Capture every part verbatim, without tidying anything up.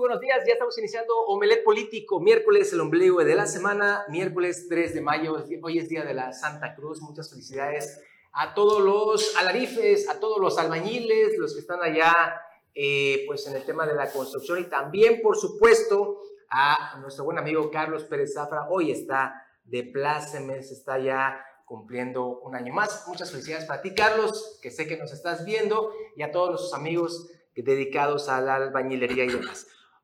buenos días. Ya estamos iniciando Omelet Político, miércoles, el ombligo de la semana, miércoles tres de mayo. Hoy es día de la Santa Cruz. Muchas felicidades a todos los alarifes, a todos los albañiles, los que están allá eh, pues en el tema de la construcción, y también, por supuesto, a nuestro buen amigo Carlos Pérez Zafra. Hoy está de plácemes, está ya cumpliendo un año más. Muchas felicidades para ti, Carlos, que sé que nos estás viendo, y a todos nuestros amigos dedicados a la albañilería y demás.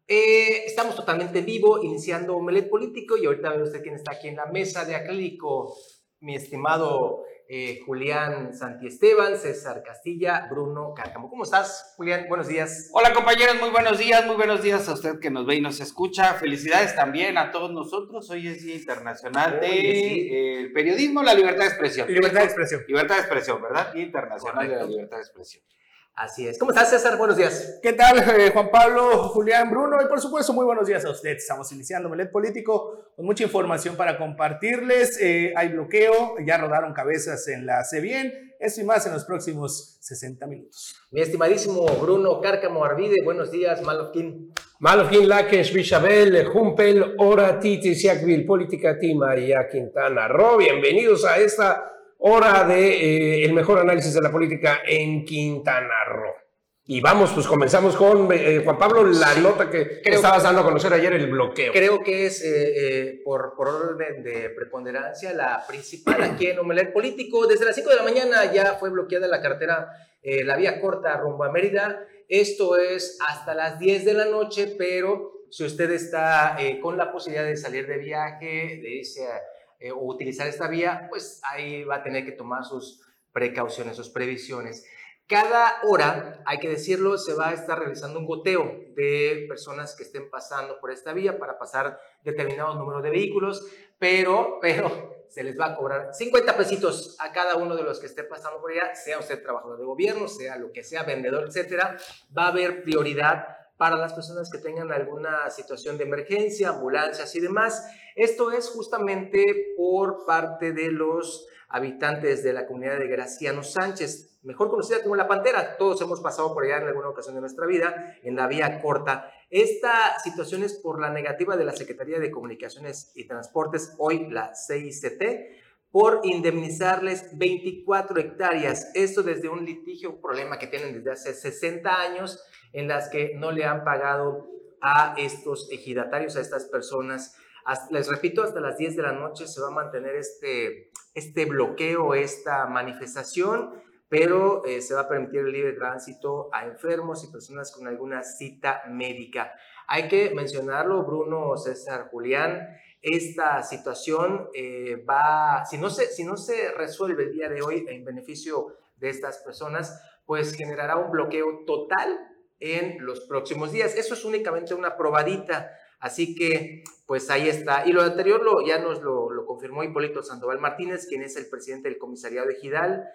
Eh, estamos totalmente en vivo, iniciando Omelet Político, y ahorita ve usted quién está aquí en la mesa de acrílico. Mi estimado eh, Julián Santiesteban, César Castilla, Bruno Cárcamo. ¿Cómo estás, Julián? Buenos días. Hola, compañeros, muy buenos días, muy buenos días a usted que nos ve y nos escucha. Felicidades también a todos nosotros. Hoy es Día Internacional de sí. eh, Periodismo, la libertad de expresión. Libertad de expresión. Libertad de expresión, ¿verdad? Día Internacional Correcto. de la Libertad de Expresión. Así es. ¿Cómo estás, César? Buenos días. ¿Qué tal, eh, Juan Pablo, Julián, Bruno? Y por supuesto, muy buenos días a usted. Estamos iniciando Omelet Político con mucha información para compartirles. Eh, hay bloqueo, ya rodaron cabezas en la CEBIEN. Eso y más en los próximos sesenta minutos. Mi estimadísimo Bruno Cárcamo Arvide, buenos días, Malofkin. Malofkin, Lakesh, Bishabel, Humpel, Ora, Titi, Siakville, Política, Tima y Quintana Roo. Bienvenidos a esta hora de eh, el mejor análisis de la política en Quintana Roo. Y vamos, pues comenzamos con eh, Juan Pablo, la nota que creo estabas que, dando a conocer ayer, el bloqueo. Creo que es eh, eh, por, por orden de preponderancia la principal aquí en Omelet Político. Desde las cinco de la mañana ya fue bloqueada la carretera, eh, la vía corta rumbo a Mérida. Esto es hasta las diez de la noche, pero si usted está eh, con la posibilidad de salir de viaje, de irse a Eh, o utilizar esta vía, pues ahí va a tener que tomar sus precauciones, sus previsiones. Cada hora, hay que decirlo, se va a estar realizando un goteo de personas que estén pasando por esta vía para pasar determinado número de vehículos, pero, pero se les va a cobrar cincuenta pesitos a cada uno de los que esté pasando por allá, sea usted trabajador de gobierno, sea lo que sea, vendedor, etcétera. Va a haber prioridad para las personas que tengan alguna situación de emergencia, ambulancias y demás. Esto es justamente por parte de los habitantes de la comunidad de Graciano Sánchez, mejor conocida como La Pantera. Todos hemos pasado por allá en alguna ocasión de nuestra vida, en la vía corta. Esta situación es por la negativa de la Secretaría de Comunicaciones y Transportes, hoy la C I C T, por indemnizarles veinticuatro hectáreas. Esto desde un litigio, un problema que tienen desde hace sesenta años, en las que no le han pagado a estos ejidatarios, a estas personas. Hasta, les repito, hasta las diez de la noche se va a mantener este, este bloqueo, esta manifestación, pero eh, se va a permitir el libre tránsito a enfermos y personas con alguna cita médica. Hay que mencionarlo, Bruno, César, Julián, esta situación eh, va, si no, se, si no se resuelve el día de hoy en beneficio de estas personas, pues generará un bloqueo total en los próximos días. Eso es únicamente una probadita, así que pues ahí está. Y lo anterior lo, ya nos lo, lo confirmó Hipólito Sandoval Martínez, quien es el presidente del comisariado ejidal,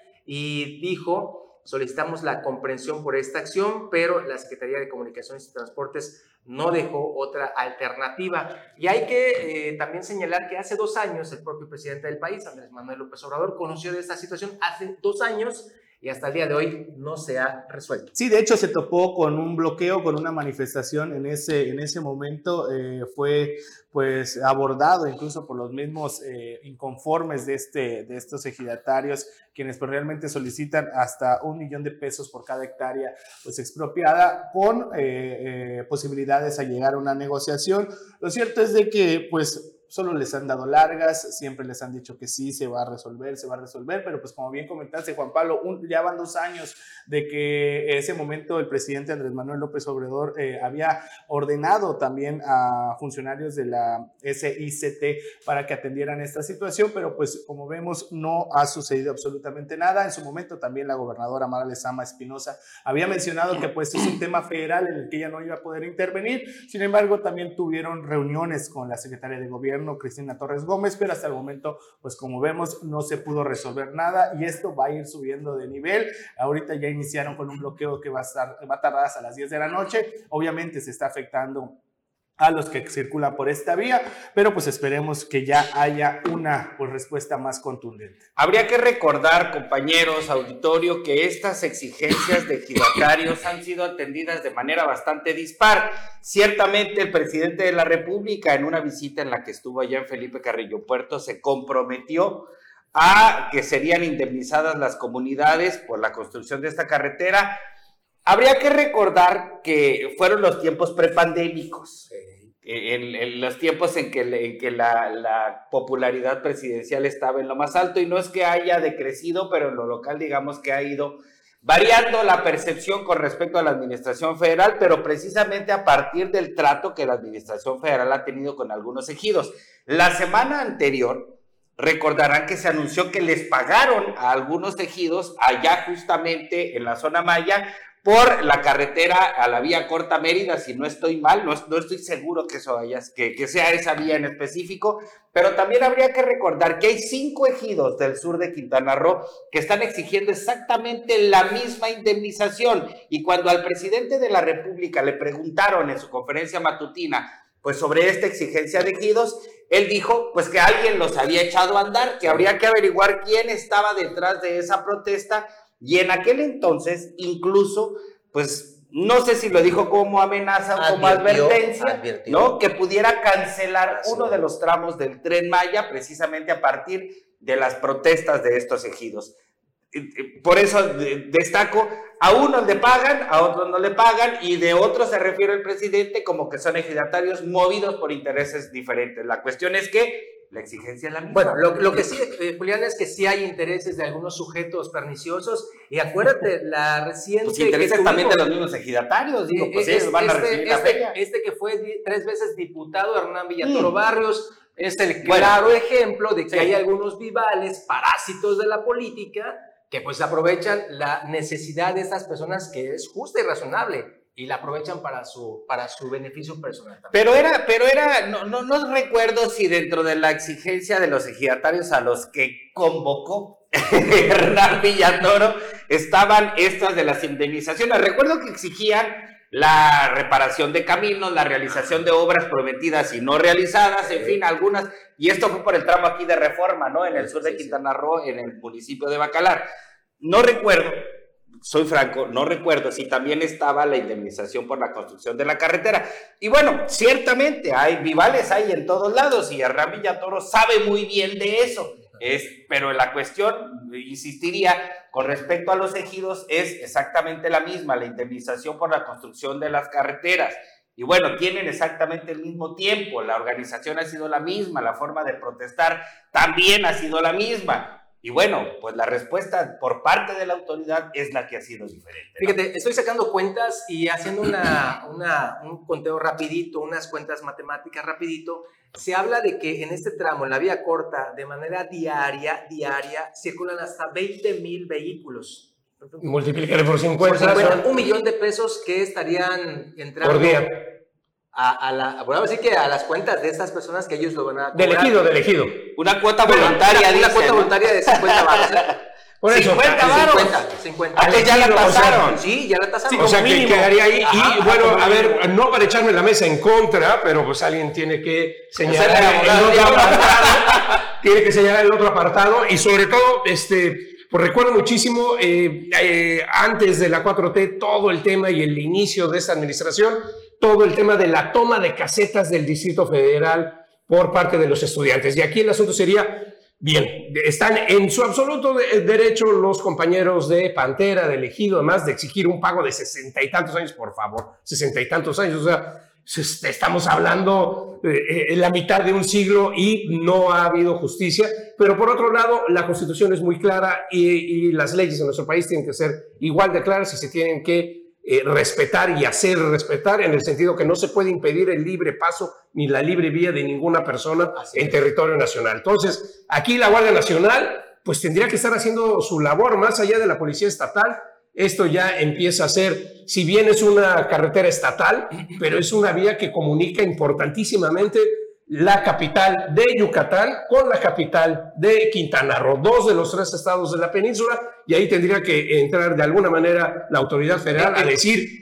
y dijo: solicitamos la comprensión por esta acción, pero la Secretaría de Comunicaciones y Transportes no dejó otra alternativa. Y hay que eh, también señalar que hace dos años el propio presidente del país, Andrés Manuel López Obrador, conoció de esta situación hace dos años, y hasta el día de hoy no se ha resuelto. Sí, de hecho se topó con un bloqueo, con una manifestación en ese, en ese momento. Eh, fue pues abordado incluso por los mismos eh, inconformes de, este, de estos ejidatarios, quienes pues, realmente solicitan hasta un millón de pesos por cada hectárea pues expropiada, con eh, eh, posibilidades a llegar a una negociación. Lo cierto es de que pues solo les han dado largas, siempre les han dicho que sí, se va a resolver, se va a resolver, pero pues como bien comentaste, Juan Pablo, un, ya van dos años de que en ese momento el presidente Andrés Manuel López Obrador eh, había ordenado también a funcionarios de la S I C T para que atendieran esta situación, pero pues como vemos no ha sucedido absolutamente nada. En su momento también la gobernadora Mara Lezama Espinosa había mencionado que pues es un tema federal en el que ella no iba a poder intervenir. Sin embargo, también tuvieron reuniones con la secretaria de gobierno, Cristina Torres Gómez, pero hasta el momento, pues como vemos, no se pudo resolver nada, y esto va a ir subiendo de nivel. Ahorita ya iniciaron con un bloqueo que va a, estar, va a tardar hasta las diez de la noche. Obviamente se está afectando a los que circulan por esta vía, pero pues esperemos que ya haya una pues, respuesta más contundente. Habría que recordar, compañeros, auditorio, que estas exigencias de ejidatarios han sido atendidas de manera bastante dispar. Ciertamente el presidente de la República, en una visita en la que estuvo allá en Felipe Carrillo Puerto, se comprometió a que serían indemnizadas las comunidades por la construcción de esta carretera. Habría que recordar que fueron los tiempos prepandémicos, en, en los tiempos en que, en que la, la popularidad presidencial estaba en lo más alto, y no es que haya decrecido, pero en lo local digamos que ha ido variando la percepción con respecto a la administración federal, pero precisamente a partir del trato que la administración federal ha tenido con algunos ejidos. La semana anterior, recordarán que se anunció que les pagaron a algunos ejidos allá justamente en la zona Maya por la carretera a la vía Corta Mérida, si no estoy mal, no, no estoy seguro que, eso haya, que, que sea esa vía en específico, pero también habría que recordar que hay cinco ejidos del sur de Quintana Roo que están exigiendo exactamente la misma indemnización, y cuando al presidente de la República le preguntaron en su conferencia matutina pues sobre esta exigencia de ejidos, él dijo pues que alguien los había echado a andar, que habría que averiguar quién estaba detrás de esa protesta. Y en aquel entonces, incluso, pues, no sé si lo dijo como amenaza o como advertencia, advirtió. ¿no? Que pudiera cancelar Así uno es. de los tramos del Tren Maya, precisamente a partir de las protestas de estos ejidos. Por eso destaco, a unos le pagan, a otros no le pagan, y de otros se refiere el presidente como que son ejidatarios movidos por intereses diferentes. La cuestión es que la exigencia es la misma. Bueno, lo, lo que sí, eh, Julián, es que sí hay intereses de algunos sujetos perniciosos, y acuérdate, la reciente... Pues intereses también de los mismos ejidatarios, digo, eh, pues es, ellos van este, a recibir este, la feria. Este que fue di, tres veces diputado, Hernán Villatoro mm. Barrios, es el bueno, claro ejemplo de que sí. hay algunos vivales, parásitos de la política, que pues aprovechan la necesidad de estas personas, que es justa y razonable, y la aprovechan para su, para su beneficio personal también. Pero era, pero era, no, no, no recuerdo si dentro de la exigencia de los ejidatarios a los que convocó Hernán Villatoro estaban estas de las indemnizaciones. Recuerdo que exigían la reparación de caminos, la realización de obras prometidas y no realizadas, en fin, algunas, y esto fue por el tramo aquí de Reforma, ¿no? En el sur de Quintana Roo, en el municipio de Bacalar. No recuerdo, soy franco, no recuerdo si también estaba la indemnización por la construcción de la carretera. Y bueno, ciertamente hay vivales, hay en todos lados, y Hernán Villatoro sabe muy bien de eso. Es, pero la cuestión, insistiría, con respecto a los ejidos, es exactamente la misma, la indemnización por la construcción de las carreteras. Y bueno, tienen exactamente el mismo tiempo, la organización ha sido la misma, la forma de protestar también ha sido la misma. Y bueno, pues la respuesta por parte de la autoridad es la que ha sido diferente, ¿no? Fíjate, estoy sacando cuentas y haciendo una, una, un conteo rapidito, unas cuentas matemáticas rapidito. Se habla de que en este tramo, en la vía corta, de manera diaria, diaria, circulan hasta veinte mil vehículos. Multiplícale por cincuenta. Por cincuenta, un millón de pesos que estarían entrando por día. A, a, la, bueno, así que a las cuentas de estas personas que ellos lo van a cobrar. Del ejido, del ejido. Una cuota voluntaria, una, dice, una cuota ¿no? voluntaria de cincuenta baros. Por eso, cincuenta baros. cincuenta, cincuenta. Ah, que ya la tasaron. O sea, sí, ya la tasaron. Sí, o sea, que mínimo. quedaría ahí. Ajá, y bueno, ajá, a ver, no para echarme la mesa en contra, pero pues alguien tiene que señalar O sea, el otro apartado. Tiene que señalar el otro apartado. Y sobre todo, este, pues recuerdo muchísimo, eh, eh, antes de la cuatro T, todo el tema y el inicio de esta administración, todo el tema de la toma de casetas del Distrito Federal por parte de los estudiantes. Y aquí el asunto sería, bien, están en su absoluto de, derecho los compañeros de Pantera, de Ejido, además de exigir un pago de sesenta y tantos años, por favor, sesenta y tantos años, o sea, estamos hablando eh, en la mitad de un siglo y no ha habido justicia. Pero por otro lado, la Constitución es muy clara y, y las leyes en nuestro país tienen que ser igual de claras y se tienen que Eh, respetar y hacer respetar, en el sentido que no se puede impedir el libre paso ni la libre vía de ninguna persona Así en es. territorio nacional. Entonces, aquí la Guardia Nacional pues tendría que estar haciendo su labor más allá de la Policía Estatal. Esto ya empieza a ser, si bien es una carretera estatal, pero es una vía que comunica importantísimamente la capital de Yucatán con la capital de Quintana Roo, dos de los tres estados de la península, y ahí tendría que entrar de alguna manera la autoridad federal a decir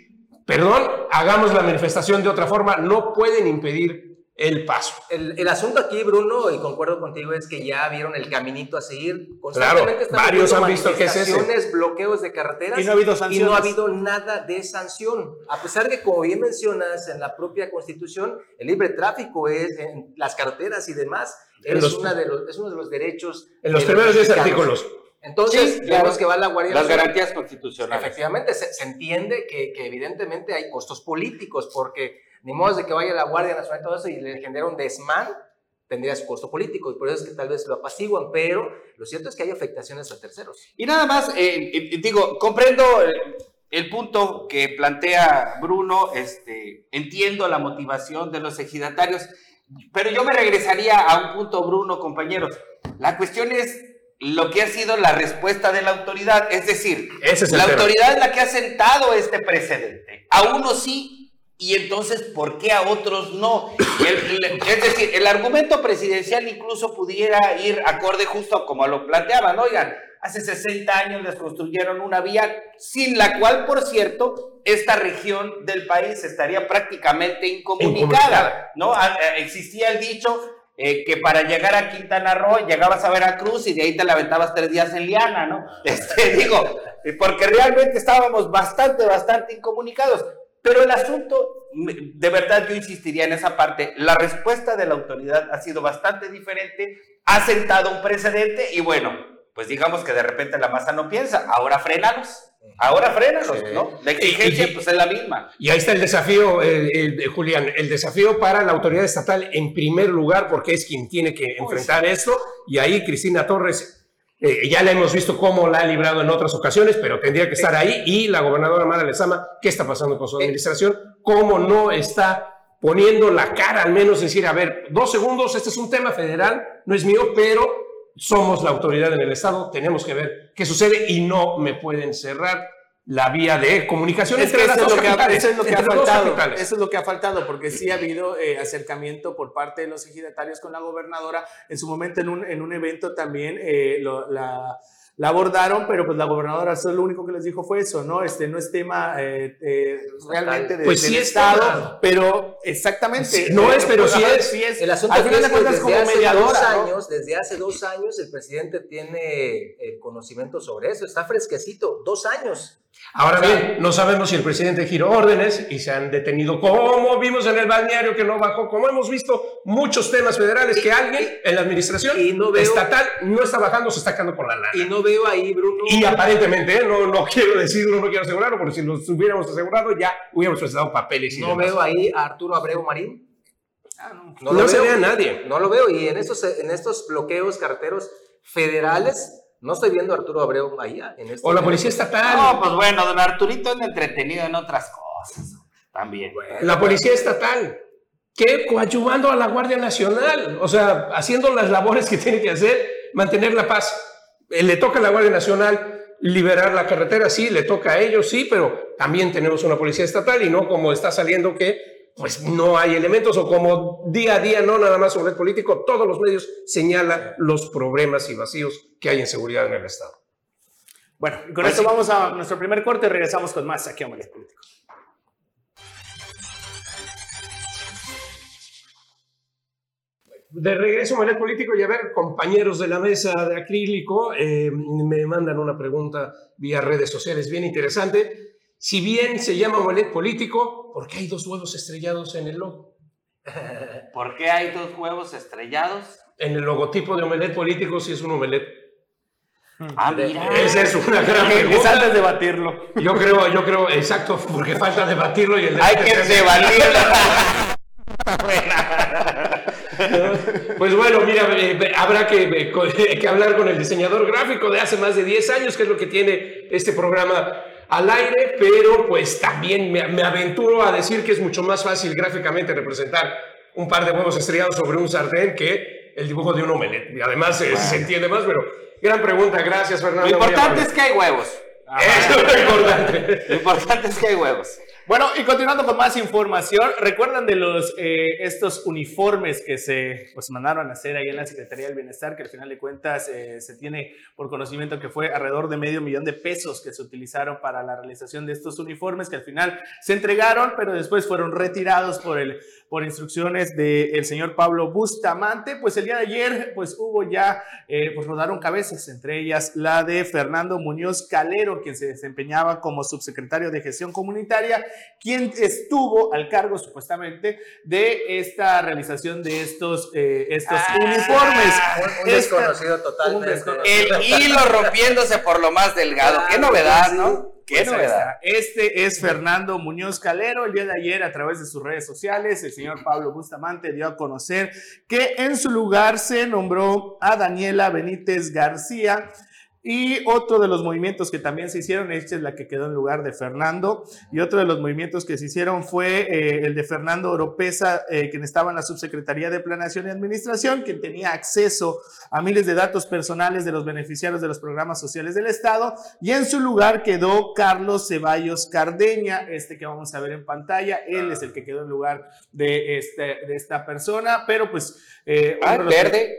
perdón, hagamos la manifestación de otra forma, no pueden impedir el paso. El, el asunto aquí, Bruno, y concuerdo contigo, es que ya vieron el caminito a seguir. Claro, varios han visto que es ese. Bloqueos de carreteras. Y no ha habido sanciones. Y no ha habido nada de sanción. A pesar de que, como bien mencionas, en la propia Constitución, el libre tráfico es en las carreteras y demás, es, los, una de los, es uno de los derechos. En los primeros diez artículos. Entonces, sí, claro, vemos que va la Guardia Nacional. Las garantías Nacional. constitucionales. Efectivamente, se, se entiende que, que evidentemente hay costos políticos, porque ni modo de que vaya la Guardia Nacional y todo eso y le genera un desmán, tendría su costo político, y por eso es que tal vez lo apaciguan, pero lo cierto es que hay afectaciones a terceros. Y nada más, eh, eh, digo, comprendo el, el punto que plantea Bruno, este, entiendo la motivación de los ejidatarios, pero yo me regresaría a un punto, Bruno, compañeros. La cuestión es lo que ha sido la respuesta de la autoridad, es decir, Ese es el la tema. autoridad es la que ha sentado este precedente. A unos sí, y entonces, ¿por qué a otros no? El, el, es decir, el argumento presidencial incluso pudiera ir acorde justo como lo planteaban. Oigan, hace sesenta años les construyeron una vía sin la cual, por cierto, esta región del país estaría prácticamente incomunicada, Incomunicada. ¿no? Existía el dicho eh, que para llegar a Quintana Roo llegabas a Veracruz y de ahí te la aventabas tres días en Liana, ¿no? Este, digo, porque realmente estábamos bastante, bastante incomunicados. Pero el asunto, de verdad yo insistiría en esa parte, la respuesta de la autoridad ha sido bastante diferente, ha sentado un precedente y bueno, pues digamos que de repente la masa no piensa, ahora frénalos, ahora frénalos, Sí. ¿no? La exigencia pues es la misma. Y ahí está el desafío, eh, eh, Julián, el desafío para la autoridad estatal en primer lugar, porque es quien tiene que enfrentar esto, y ahí Cristina Torres... Eh, ya la hemos visto cómo la ha librado en otras ocasiones, pero tendría que estar ahí. Y la gobernadora Mara Lezama, ¿qué está pasando con su administración? ¿Cómo no está poniendo la cara, al menos decir, a ver, dos segundos, este es un tema federal, no es mío, pero somos la autoridad en el Estado, tenemos que ver qué sucede y no me pueden cerrar la vía de comunicación Es entre que las eso, dos es lo que ha, capitales, eso es lo que ha entre las dos faltado, capitales. eso es lo que ha faltado, porque sí ha habido eh, acercamiento por parte de los ejidatarios con la gobernadora. En su momento en un, en un evento también eh, lo, la, la abordaron, pero pues la gobernadora solo lo único que les dijo fue eso, ¿no? Este no es tema eh, eh, realmente de, Pues del sí es Estado, tema. pero exactamente. Sí, no es, pero sí es. Sí es. El asunto Al aquí final es de que cuentas desde como hace dos mediadora, ¿no? años, desde hace dos años el presidente tiene el conocimiento sobre eso, está fresquecito, dos años. Ahora bien, no sabemos si el presidente giró órdenes y se han detenido, como vimos en el balneario que no bajó, como hemos visto muchos temas federales que alguien en la administración y no veo, estatal no está bajando, se está quedando con la lana. Y no veo ahí, Bruno. Y aparentemente, ¿eh? no, no quiero decirlo, no quiero asegurarlo, porque si los hubiéramos asegurado ya hubiéramos presentado papeles. Y no demás. veo ahí a Arturo Abreu Marín. Ah, no. No, No lo se veo. ve a nadie. No lo veo. Y en estos, en estos bloqueos carreteros federales, no estoy viendo a Arturo Abreu ahí. En este O la policía estatal. No, pues bueno, don Arturito es entretenido en otras cosas también. Bueno, La policía estatal, que coadyuvando a la Guardia Nacional, o sea, haciendo las labores que tiene que hacer, mantener la paz. Eh, Le toca a la Guardia Nacional liberar la carretera, sí, le toca a ellos, sí, pero también tenemos una policía estatal y no como está saliendo que pues no hay elementos o como día a día, no nada más sobre el político, todos los medios señalan los problemas y vacíos que hay en seguridad en el Estado. Bueno, y con Pues esto sí. vamos a nuestro primer corte y regresamos con más aquí a Omelet Político. De regreso a Omelet Político y a ver, compañeros de la mesa de acrílico, eh, me mandan una pregunta vía redes sociales bien interesante. Si bien se llama Omelet Político, ¿por qué hay dos huevos estrellados en el logo? ¿Por qué hay dos huevos estrellados? En el logotipo de Omelet Político sí es un omelet. Ah, mira. Esa es una gran Es pregunta. antes de debatirlo. Yo creo, yo creo, exacto, porque falta debatirlo y el Hay debate que se hace- debatirlo. Pues bueno, mira, eh, habrá que, eh, co- que hablar con el diseñador gráfico de hace más de diez años, que es lo que tiene este programa al aire, pero pues también me, me aventuro a decir que es mucho más fácil gráficamente representar un par de huevos estrellados sobre un sartén que el dibujo de un omelette. Y además eh, se entiende más, pero gran pregunta, gracias Fernando. Lo muy importante amable. es que hay huevos. Eso es lo importante. Lo importante es que hay huevos. Bueno, y continuando con más información, ¿recuerdan de los eh, estos uniformes que se pues, mandaron a hacer ahí en la Secretaría del Bienestar? Que al final de cuentas eh, se tiene por conocimiento que fue alrededor de medio millón de pesos que se utilizaron para la realización de estos uniformes, que al final se entregaron, pero después fueron retirados por, el, por instrucciones del señor Pablo Bustamante. Pues el día de ayer pues hubo ya, eh, pues rodaron cabezas, entre ellas la de Fernando Muñoz Calero, quien se desempeñaba como subsecretario de Gestión Comunitaria, quien estuvo al cargo supuestamente de esta realización de estos, eh, estos ah, uniformes. Un, un desconocido totalmente. Un desconocido. El hilo rompiéndose por lo más delgado. Qué novedad, ¿no? Qué pues novedad. Este es Fernando Muñoz Calero. El día de ayer, a través de sus redes sociales, el señor Pablo Bustamante dio a conocer que en su lugar se nombró a Daniela Benítez García. Y otro de los movimientos que también se hicieron, esta es la que quedó en lugar de Fernando, y otro de los movimientos que se hicieron fue eh, el de Fernando Oropesa, eh, quien estaba en la Subsecretaría de Planeación y Administración, quien tenía acceso a miles de datos personales de los beneficiarios de los programas sociales del Estado, y en su lugar quedó Carlos Ceballos Cardeña, este que vamos a ver en pantalla. Él es el que quedó en lugar de, este, de esta persona, pero pues... Eh, ah, verde.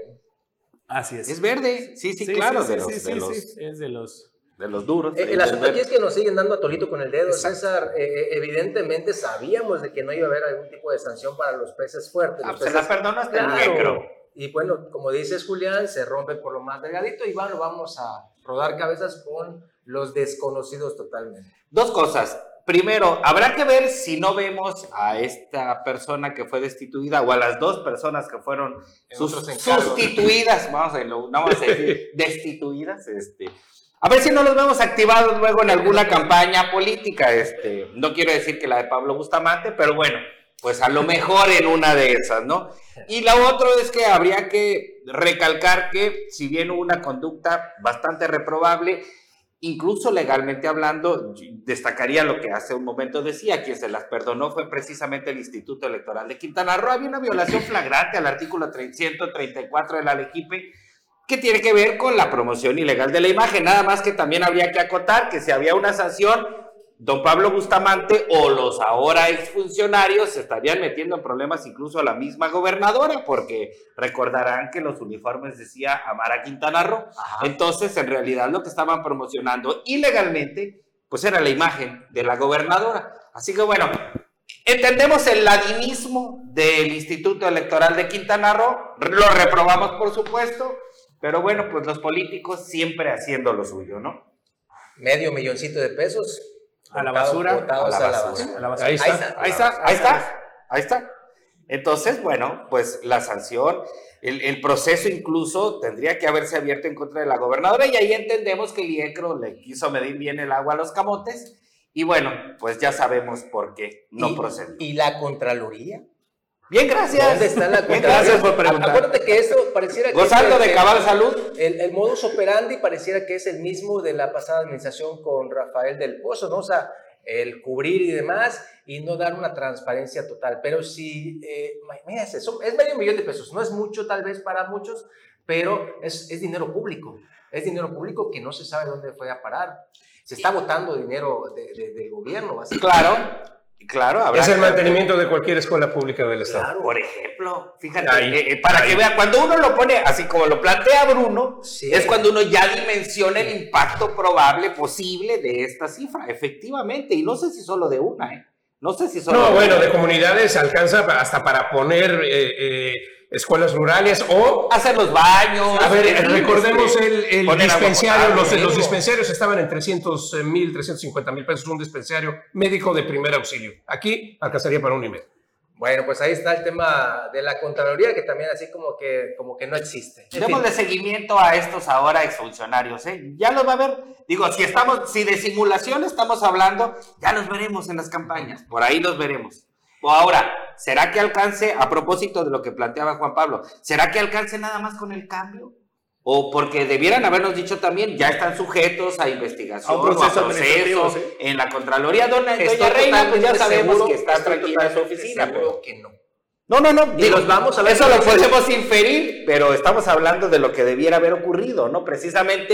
Así es. Es verde, sí, sí, sí claro, sí, de, los, sí, de, sí, los, sí, es de los de los duros. El, el asunto aquí es que nos siguen dando a tolito con el dedo, exacto. César. Eh, evidentemente sabíamos de que no iba a haber algún tipo de sanción para los peces fuertes. Ah, los pues peces, se la perdonaste, claro. negro. Y bueno, como dices, Julián, se rompe por lo más delgadito y bueno, vamos a rodar cabezas con los desconocidos totalmente. Dos cosas. Primero, habrá que ver si no vemos a esta persona que fue destituida o a las dos personas que fueron sus, sustituidas, vamos a, no vamos a decir destituidas, este, a ver si no los vemos activados luego en alguna campaña política. Este, no quiero decir que la de Pablo Bustamante, pero bueno, pues a lo mejor en una de esas, ¿no? Y la otra es que habría que recalcar que si bien hubo una conducta bastante reprobable, incluso legalmente hablando, destacaría lo que hace un momento decía, quien se las perdonó fue precisamente el Instituto Electoral de Quintana Roo. Había una violación flagrante al artículo ciento treinta y cuatro de la Legipe, que tiene que ver con la promoción ilegal de la imagen. Nada más que también habría que acotar que si había una sanción, don Pablo Bustamante o los ahora exfuncionarios se estarían metiendo en problemas incluso a la misma gobernadora, porque recordarán que los uniformes decía Amara Quintana Roo. Ajá. Entonces, en realidad lo que estaban promocionando ilegalmente, pues era la imagen de la gobernadora. Así que bueno, entendemos el ladinismo del Instituto Electoral de Quintana Roo, lo reprobamos por supuesto, pero bueno, pues los políticos siempre haciendo lo suyo, ¿no? Medio milloncito de pesos. A la basura, a la basura. A la basura. Ahí está, ahí está, ahí está, ahí está, ahí está. Entonces, bueno, pues la sanción, el, el proceso incluso tendría que haberse abierto en contra de la gobernadora, y ahí entendemos que el IECRO le quiso medir bien el agua a los camotes, y bueno, pues ya sabemos por qué no procedió. ¿Y la Contraloría? Bien, gracias. ¿Dónde está la Bien, gracias por preguntar. Acuérdate que esto pareciera que... Gozando es de cabal salud. El, el modus operandi pareciera que es el mismo de la pasada administración con Rafael del Pozo, ¿no? O sea, el cubrir y demás y no dar una transparencia total. Pero si, eh, imagínense, son, es medio millón de pesos. No es mucho tal vez para muchos, pero es, es dinero público. Es dinero público que no se sabe dónde fue a parar. Se está botando dinero de, de, del gobierno, básicamente. Claro. Claro, habrá es el mantenimiento de cualquier escuela pública del Estado. Claro. Por ejemplo, fíjate, ahí, eh, para ahí. que vea, cuando uno lo pone así como lo plantea Bruno, sí. es cuando uno ya dimensiona el impacto probable, posible de esta cifra, efectivamente, y no sé si solo de una, ¿eh? No sé si solo No, de bueno, una. de comunidades alcanza hasta para poner eh, eh, escuelas rurales o... hacer los baños. A ver, recordemos el, el dispensario, los, agua, los dispensarios estaban en trescientos mil, trescientos cincuenta mil pesos, un dispensario médico de primer auxilio. Aquí alcanzaría para un y medio. Bueno, pues ahí está el tema de la Contraloría, que también así como que, como que no existe. Démosle seguimiento a estos ahora exfuncionarios, ¿eh? Ya los va a ver, digo, si estamos, si de simulación estamos hablando, ya los veremos en las campañas, por ahí los veremos. O ahora, ¿será que alcance, a propósito de lo que planteaba Juan Pablo, ¿será que alcance nada más con el cambio? O porque debieran habernos dicho también, ya están sujetos a investigación, a un proceso, o a proceso ¿sí? en la Contraloría. Doña, Doña Reina, pues ya sabemos seguro, que está tranquila en su oficina. Pero que no. No, no, no. Digo, vamos a ver eso lo podemos inferir, pero estamos hablando de lo que debiera haber ocurrido, ¿no? Precisamente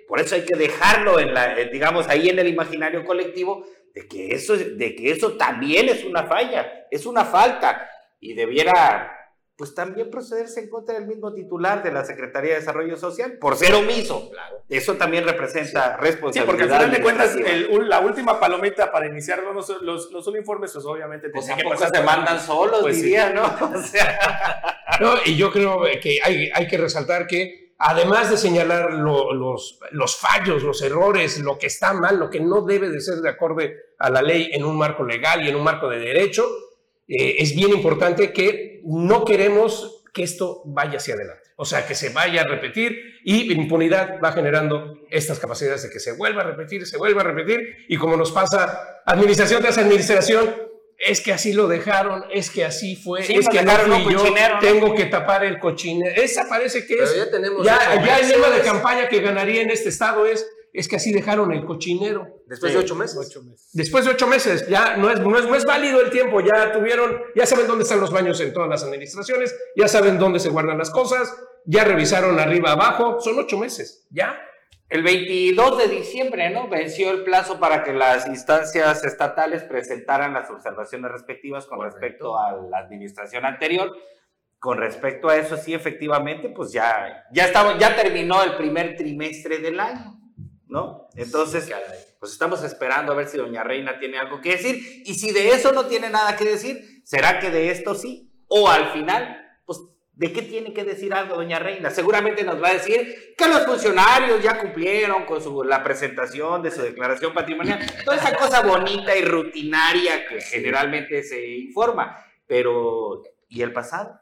por eso hay que dejarlo, en la, digamos, ahí en el imaginario colectivo, de que, eso, de que eso también es una falla, es una falta, y debiera, pues también procederse en contra del mismo titular de la Secretaría de Desarrollo Social, por ser omiso. Claro. Eso también representa sí. responsabilidad. Sí, porque al final de cuentas, el, la última palomita para iniciar los, los, los uniformes, pues obviamente... Pues tampoco se mandan solos, pues diría, sí. ¿no? O sea... No, y yo creo que hay, hay que resaltar que, además de señalar lo, los, los fallos, los errores, lo que está mal, lo que no debe de ser de acorde a la ley en un marco legal y en un marco de derecho, eh, es bien importante que no queremos que esto vaya hacia adelante. O sea, que se vaya a repetir, y impunidad va generando estas capacidades de que se vuelva a repetir, se vuelva a repetir, y como nos pasa administración tras administración, es que así lo dejaron, es que así fue, sí, es que no fui yo, ¿no? Tengo que tapar el cochinero. Esa parece que es, ya, tenemos ya, ya el lema de campaña que ganaría en este estado es, es que así dejaron el cochinero. Después sí, de ocho meses. ocho meses. Después de ocho meses, ya no es, no, es, no es válido el tiempo, ya tuvieron, ya saben dónde están los baños en todas las administraciones, ya saben dónde se guardan las cosas, ya revisaron arriba, abajo, son ocho meses, ya. El veintidós de diciembre, ¿no? Venció el plazo para que las instancias estatales presentaran las observaciones respectivas con Correcto. respecto a la administración anterior. Con respecto a eso, sí, efectivamente, pues ya, ya, estamos, ya terminó el primer trimestre del año, ¿no? Entonces, pues estamos esperando a ver si doña Reina tiene algo que decir, y si de eso no tiene nada que decir, ¿será que de esto sí? O al final, pues, ¿de qué tiene que decir algo doña Reina? Seguramente nos va a decir que los funcionarios ya cumplieron con su, la presentación de su declaración patrimonial, toda esa cosa bonita y rutinaria que generalmente se informa, pero ¿y el pasado?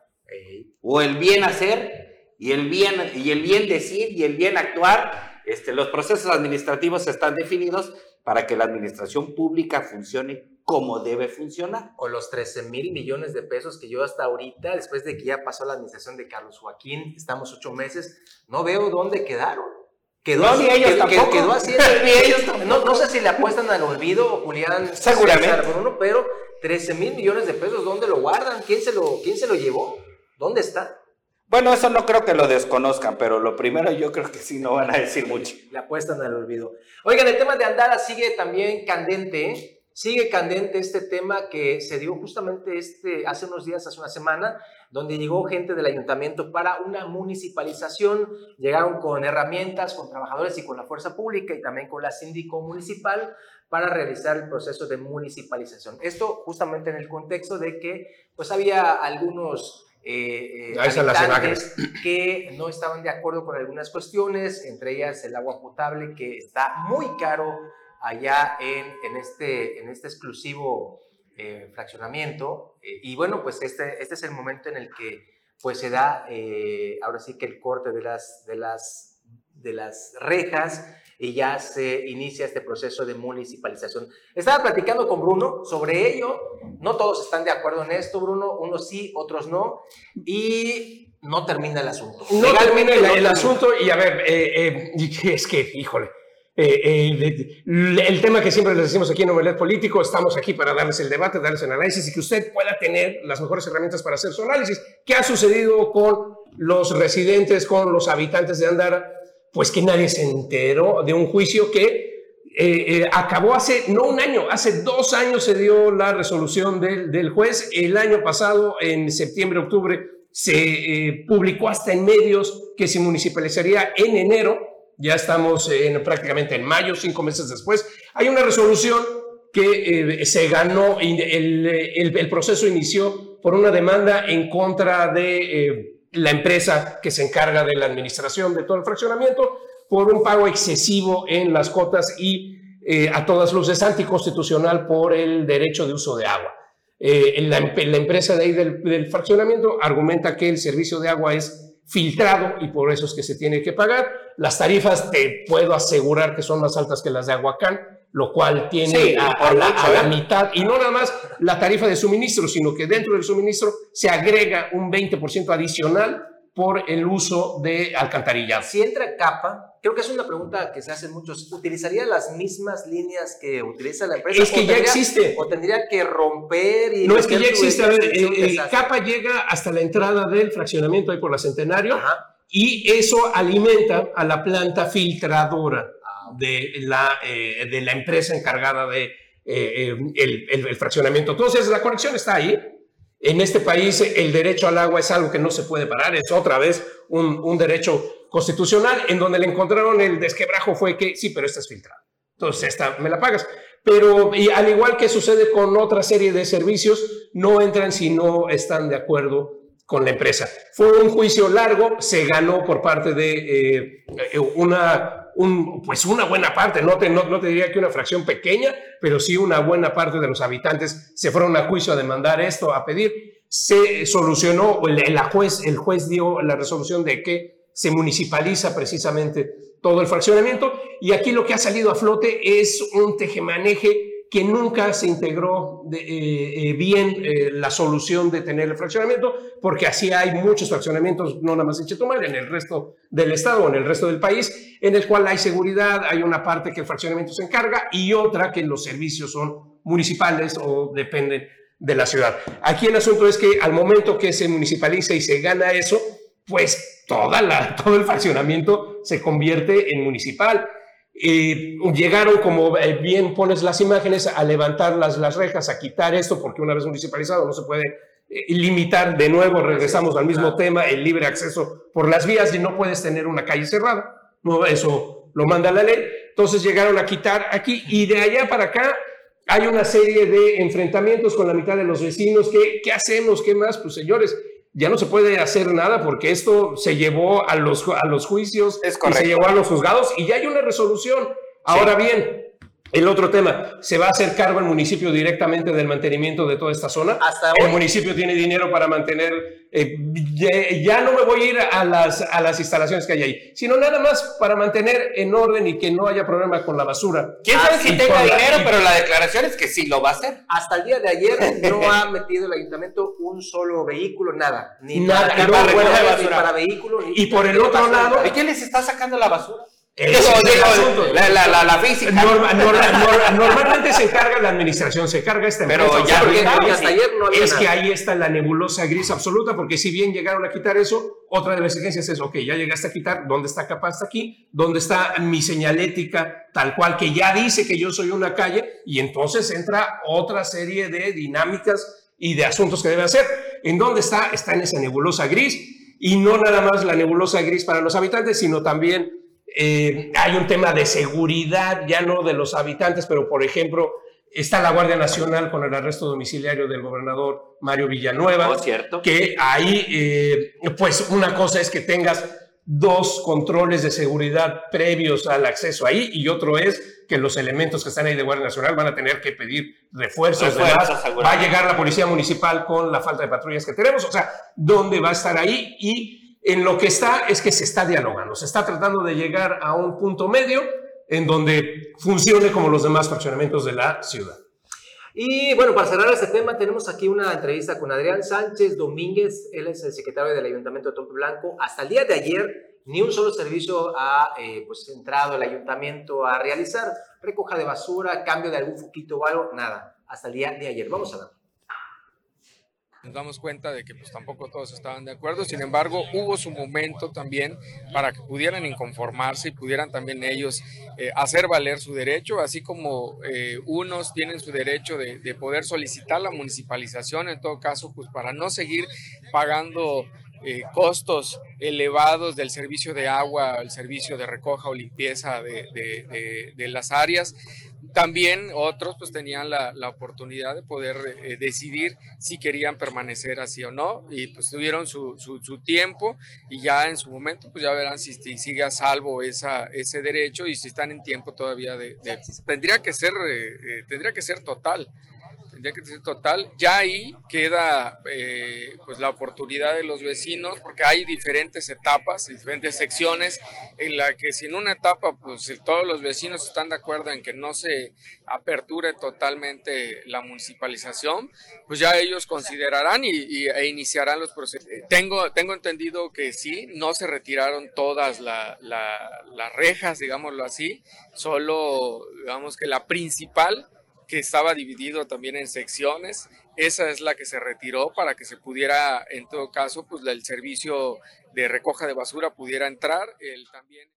O el bien hacer, y el bien, y el bien decir, y el bien actuar. Este, los procesos administrativos están definidos para que la administración pública funcione como debe funcionar. O los trece mil millones de pesos que yo hasta ahorita, después de que ya pasó la administración de Carlos Joaquín, estamos ocho meses, no veo dónde quedaron. Quedó no, así, ni ellos quedó, tampoco. Quedó así. Ni ellos no, no sé si le apuestan al olvido, Julián. Seguramente. Bruno, pero trece mil millones de pesos, ¿dónde lo guardan? ¿Quién se lo, quién se lo llevó? ¿Dónde está? Bueno, eso no creo que lo desconozcan, pero lo primero yo creo que sí no van a decir mucho. Le apuestan al olvido. Oigan, el tema de Andara sigue también candente, ¿eh? Sigue candente este tema que se dio justamente este, hace unos días, hace una semana, donde llegó gente del ayuntamiento para una municipalización. Llegaron con herramientas, con trabajadores y con la fuerza pública y también con la síndico municipal para realizar el proceso de municipalización. Esto justamente en el contexto de que pues había algunos eh, eh, habitantes que no estaban de acuerdo con algunas cuestiones, entre ellas el agua potable, que está muy caro allá en, en, este, en este exclusivo eh, fraccionamiento. Eh, y bueno, pues este, este es el momento en el que pues se da eh, ahora sí que el corte de las, de las, de las rejas, y ya se inicia este proceso de municipalización. Estaba platicando con Bruno sobre ello, no todos están de acuerdo en esto, Bruno, unos sí, otros no, y no termina el asunto. No termina el, el asunto, y a ver, eh, eh, es que, híjole, eh, eh, el tema que siempre les decimos aquí en Omelet Político, estamos aquí para darles el debate, darles el análisis y que usted pueda tener las mejores herramientas para hacer su análisis. ¿Qué ha sucedido con los residentes, con los habitantes de Andara? Pues que nadie se enteró de un juicio que eh, eh, acabó hace, no un año, hace dos años se dio la resolución del, del juez. El año pasado, en septiembre, octubre, se eh, publicó hasta en medios que se municipalizaría en enero. Ya estamos en, prácticamente en mayo, cinco meses después. Hay una resolución que eh, se ganó, el, el, el proceso inició por una demanda en contra de... Eh, la empresa que se encarga de la administración de todo el fraccionamiento por un pago excesivo en las cuotas y eh, a todas luces anticonstitucional por el derecho de uso de agua. Eh, la, la empresa de ahí del, del fraccionamiento argumenta que el servicio de agua es filtrado y por eso es que se tiene que pagar. Las tarifas te puedo asegurar que son más altas que las de Aguacán, lo cual tiene sí, a, a, la, a la mitad, y no nada más la tarifa de suministro, sino que dentro del suministro se agrega un veinte por ciento adicional por el uso de alcantarillado. Si entra capa, creo que es una pregunta que se hacen muchos, ¿utilizaría las mismas líneas que utiliza la empresa? Es que ya tendría, existe. ¿O tendría que romper? Y no, es que ya existe. A ver, eh, eh, capa llega hasta la entrada del fraccionamiento ahí por la Centenario. Ajá. y eso alimenta a la planta filtradora de la, eh, de la empresa encargada de eh, el, el, el fraccionamiento. Entonces la conexión está ahí. En este país el derecho al agua es algo que no se puede parar, es otra vez un, un derecho constitucional. En donde le encontraron el desquebrajo fue que sí, pero esta es filtrada, entonces esta me la pagas. Pero y al igual que sucede con otra serie de servicios, no entran si no están de acuerdo con la empresa. Fue un juicio largo, se ganó por parte de eh, una, un, pues una buena parte, no te, no, no te diría que una fracción pequeña, pero sí una buena parte de los habitantes se fueron a juicio a demandar esto, a pedir. Se solucionó, el, el, juez, el juez dio la resolución de que se municipaliza precisamente todo el fraccionamiento, y aquí lo que ha salido a flote es un tejemaneje que nunca se integró de, eh, eh, bien eh, la solución de tener el fraccionamiento, porque así hay muchos fraccionamientos, no nada más en Chetumal, en el resto del estado o en el resto del país, en el cual hay seguridad, hay una parte que el fraccionamiento se encarga y otra que los servicios son municipales o dependen de la ciudad. Aquí el asunto es que al momento que se municipaliza y se gana eso, pues toda la, todo el fraccionamiento se convierte en municipal. Eh, llegaron, como eh, bien pones las imágenes, a levantar las, las rejas, a quitar esto, porque una vez municipalizado no se puede eh, limitar. De nuevo regresamos al mismo tema, el libre acceso por las vías, y no puedes tener una calle cerrada, no, eso lo manda la ley. Entonces llegaron a quitar aquí, y de allá para acá hay una serie de enfrentamientos con la mitad de los vecinos. ¿Qué, qué hacemos? ¿Qué más? Pues señores, ya no se puede hacer nada porque esto se llevó a los, a los juicios y se llevó a los juzgados y ya hay una resolución. Ahora sí. Bien, el otro tema, ¿se va a hacer cargo el municipio directamente del mantenimiento de toda esta zona? Hasta el hoy. municipio tiene dinero para mantener, eh, ya, ya no me voy a ir a las, a las instalaciones que hay ahí, sino nada más para mantener en orden y que no haya problema con la basura. ¿Quién sabe si tenga dinero? Pero la declaración es que sí lo va a hacer. Hasta el día de ayer no ha metido el ayuntamiento un solo vehículo, nada. Ni nada, para, ni para, para, para, basura. ni para vehículos. Ni y por el otro lado... ¿De qué les está sacando la basura? Eso es el asunto. La, la, la, la física. Norma, norma, norma, normalmente se encarga la administración, se carga esta empresa. Pero ya porque, porque hasta ayer no había es nada. Que ahí está la nebulosa gris absoluta, porque si bien llegaron a quitar eso, otra de las exigencias es, ok, ya llegaste a quitar, ¿dónde está capaz hasta aquí? ¿Dónde está mi señalética tal cual que ya dice que yo soy una calle? Y entonces entra otra serie de dinámicas y de asuntos que debe hacer. ¿En dónde está? Está en esa nebulosa gris, y no nada más la nebulosa gris para los habitantes, sino también Eh, hay un tema de seguridad, ya no de los habitantes, pero por ejemplo, está la Guardia Nacional con el arresto domiciliario del gobernador Mario Villanueva. Oh, cierto. Que ahí, eh, pues una cosa es que tengas dos controles de seguridad previos al acceso ahí, y otro es que los elementos que están ahí de Guardia Nacional van a tener que pedir refuerzos. Refuerzos, demás. Va a llegar la Policía Municipal con la falta de patrullas que tenemos, o sea, ¿dónde va a estar ahí? Y en lo que está es que se está dialogando, se está tratando de llegar a un punto medio en donde funcione como los demás fraccionamientos de la ciudad. Y bueno, para cerrar este tema, tenemos aquí una entrevista con Adrián Sánchez Domínguez. Él es el secretario del Ayuntamiento de Topo Blanco. Hasta el día de ayer, ni un solo servicio ha eh, pues, entrado el ayuntamiento a realizar. Recoja de basura, cambio de algún foquito o algo, nada. Hasta el día de ayer. Vamos a ver. Nos damos cuenta de que pues tampoco todos estaban de acuerdo, sin embargo hubo su momento también para que pudieran inconformarse y pudieran también ellos eh, hacer valer su derecho, así como eh, unos tienen su derecho de, de poder solicitar la municipalización, en todo caso pues para no seguir pagando eh, costos elevados del servicio de agua, el servicio de recoja o limpieza de, de, de, de las áreas. También otros pues tenían la, la oportunidad de poder eh, decidir si querían permanecer así o no, y pues tuvieron su, su, su tiempo, y ya en su momento pues ya verán si, si sigue a salvo esa, ese derecho, y si están en tiempo todavía de, de tendría que ser eh, eh, tendría que ser total tendría que ser total. Ya ahí queda eh, pues la oportunidad de los vecinos, porque hay diferentes etapas, diferentes secciones, en la que si en una etapa pues todos los vecinos están de acuerdo en que no se aperture totalmente la municipalización, pues ya ellos considerarán y, y, e iniciarán los procesos. Tengo, tengo entendido que sí, no se retiraron todas la, la, las rejas, digámoslo así, solo digamos que la principal, que estaba dividido también en secciones, esa es la que se retiró para que se pudiera, en todo caso, pues el servicio de recoja de basura pudiera entrar. El, también...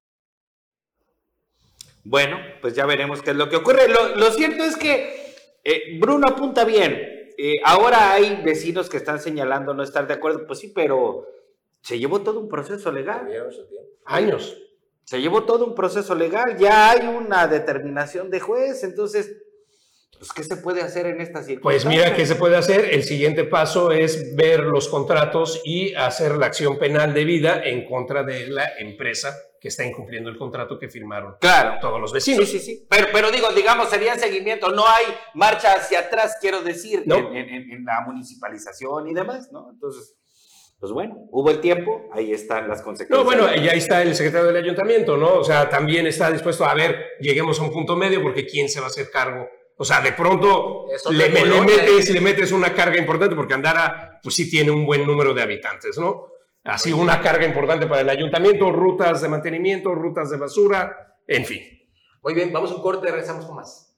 Bueno, pues ya veremos qué es lo que ocurre. Lo, lo cierto es que eh, Bruno apunta bien. Eh, ahora hay vecinos que están señalando no estar de acuerdo. Pues sí, pero se llevó todo un proceso legal. Años. Se llevó todo un proceso legal. Ya hay una determinación de juez. Entonces, pues, ¿qué se puede hacer en estas circunstancias? Pues mira, ¿qué se puede hacer? El siguiente paso es ver los contratos y hacer la acción penal debida en contra de la empresa que está incumpliendo el contrato que firmaron claro. todos los vecinos. Sí, sí, sí. Pero, pero digo, digamos, sería seguimiento. No hay marcha hacia atrás, quiero decir, ¿no? en, en, en la municipalización y demás, ¿no? Entonces, pues bueno, hubo el tiempo, ahí están las consecuencias. No, bueno, ya está el secretario del ayuntamiento, ¿no? O sea, también está dispuesto a ver, lleguemos a un punto medio, porque ¿quién se va a hacer cargo? O sea, de pronto le, le, metes, le metes una carga importante, porque Andara, pues sí tiene un buen número de habitantes, ¿no? Así una carga importante para el ayuntamiento, rutas de mantenimiento, rutas de basura, en fin. Muy bien, vamos a un corte, regresamos con más.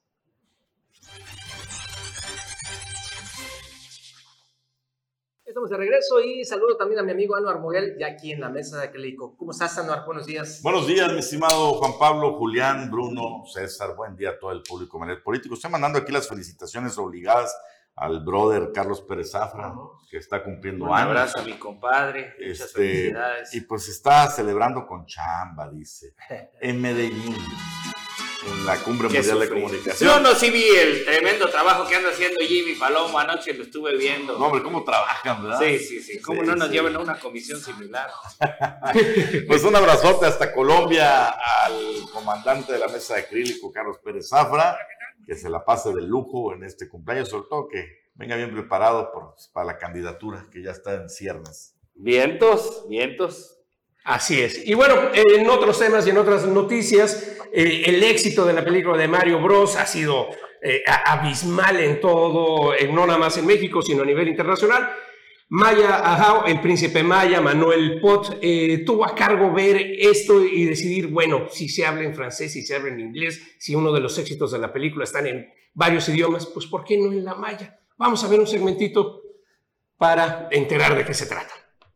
Estamos de regreso y saludo también a mi amigo Anuar Moguel, ya aquí en la mesa de Acrílico. ¿Cómo estás, Anuar? Buenos días. Buenos días, mi estimado Juan Pablo, Julián, Bruno, César. Buen día a todo el público Manuel Político. Estoy mandando aquí las felicitaciones obligadas al brother Carlos Pérez Zafra, que está cumpliendo un años. Un abrazo a mi compadre. Este, muchas felicidades. Y pues está celebrando con chamba, dice, en Medellín, en la Cumbre Mundial de Comunicación. No, no, sí vi el tremendo trabajo que anda haciendo Jimmy Palomo, anoche lo estuve viendo. No, hombre, cómo trabajan, ¿verdad? Sí, sí, sí. ¿Cómo sí, no nos sí. llevan a una comisión similar? Pues un abrazote hasta Colombia al comandante de la mesa de Acrílico, Carlos Pérez Zafra, que se la pase de lujo en este cumpleaños, sobre todo que venga bien preparado por, para la candidatura que ya está en ciernes. Vientos, vientos. Así es. Y bueno, en otros temas y en otras noticias, eh, el éxito de la película de Mario Bros ha sido eh, abismal en todo, eh, no nada más en México, sino a nivel internacional. Maya Ajao, el príncipe Maya, Manuel Pot, eh, tuvo a cargo ver esto y decidir, bueno, si se habla en francés, si se habla en inglés, si uno de los éxitos de la película están en varios idiomas, pues ¿por qué no en la maya? Vamos a ver un segmentito para enterar de qué se trata.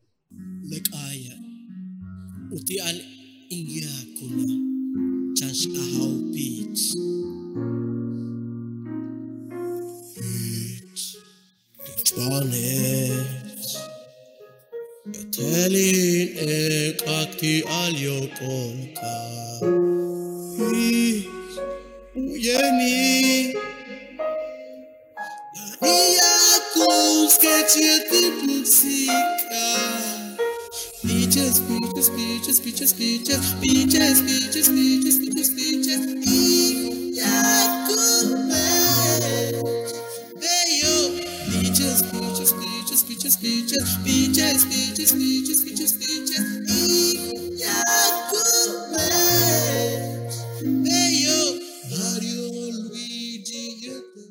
Telin ek akti alio kolka uyemi Ia kus que te pusika Peaches, peaches, peaches, peaches, peaches, peaches, peaches, peaches, peaches, peaches, Ia kus Beyo Peaches, peaches, peaches, peaches, peaches, peaches, peaches, peaches, peaches, peaches, Ia kus Beyo Mario Luigi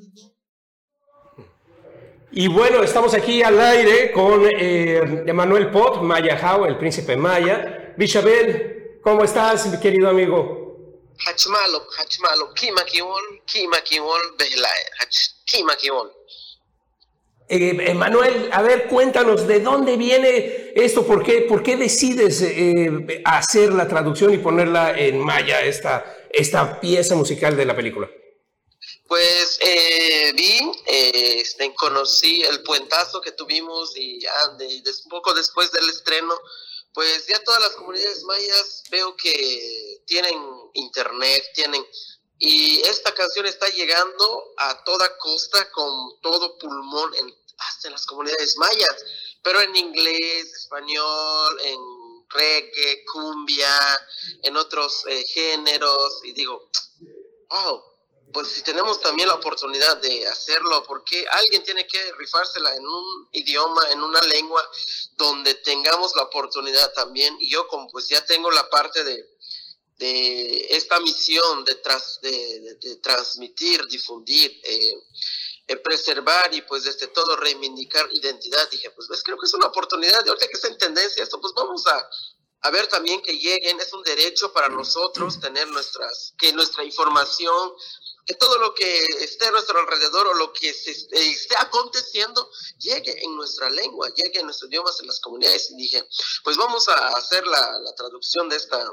Y bueno, estamos aquí al aire con eh, Manuel Pot, Maya Ajao, el príncipe Maya. Bichabel, ¿cómo estás, mi querido amigo? Hachmalo, Hachmalo, Kimakiwon, Kimakiwon, Behlae, Kimakiwon. Eh, Manuel, a ver, cuéntanos, ¿de dónde viene esto? ¿Por qué, por qué decides eh, hacer la traducción y ponerla en maya, esta, esta pieza musical de la película? Pues eh, vi, eh, este, conocí el puentazo que tuvimos y ya de, de, un poco después del estreno, pues ya todas las comunidades mayas veo que tienen internet, tienen, y esta canción está llegando a toda costa con todo pulmón en, hasta en las comunidades mayas, pero en inglés, español, en reggae, cumbia, en otros eh, géneros, y digo, wow. Pues si tenemos también la oportunidad de hacerlo, porque alguien tiene que rifársela en un idioma, en una lengua, donde tengamos la oportunidad también. Y yo como pues ya tengo la parte de, de esta misión de, tras, de, de, de transmitir, difundir, eh, eh, preservar y pues desde todo reivindicar identidad, dije, pues ves, creo que es una oportunidad. De ahorita que está en tendencia esto, pues vamos a, a ver también que lleguen. Es un derecho para nosotros tener nuestras, que nuestra información que todo lo que esté a nuestro alrededor o lo que se esté aconteciendo llegue en nuestra lengua, llegue en nuestros idiomas en las comunidades. Y dije, pues vamos a hacer la, la traducción de esta,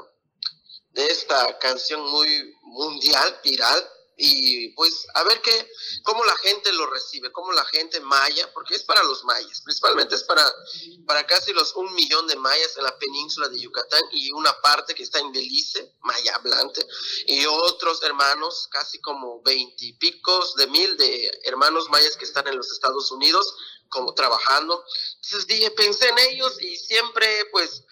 de esta canción muy mundial, viral, y pues a ver qué, cómo la gente lo recibe, cómo la gente maya, porque es para los mayas, principalmente es para, para casi los un millón de mayas en la península de Yucatán y una parte que está en Belice, maya hablante, y otros hermanos, casi como veintipicos de mil de hermanos mayas que están en los Estados Unidos, como trabajando. Entonces dije, pensé en ellos y siempre pues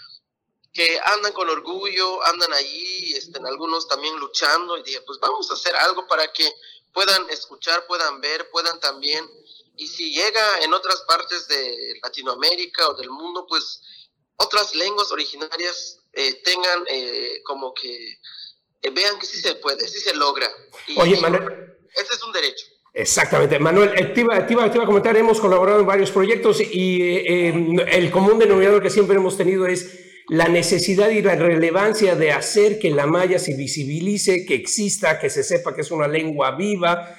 que andan con orgullo, andan allí, este, algunos también luchando, y dije, pues vamos a hacer algo para que puedan escuchar, puedan ver, puedan también, y si llega en otras partes de Latinoamérica o del mundo, pues otras lenguas originarias eh, tengan eh, como que eh, vean que sí se puede, sí se logra. Y, Oye, y, Manuel. Ese es un derecho. Exactamente. Manuel, eh, te, iba, te, iba, te iba a comentar, hemos colaborado en varios proyectos y eh, eh, el común denominador que siempre hemos tenido es la necesidad y la relevancia de hacer que la maya se visibilice, que exista, que se sepa que es una lengua viva.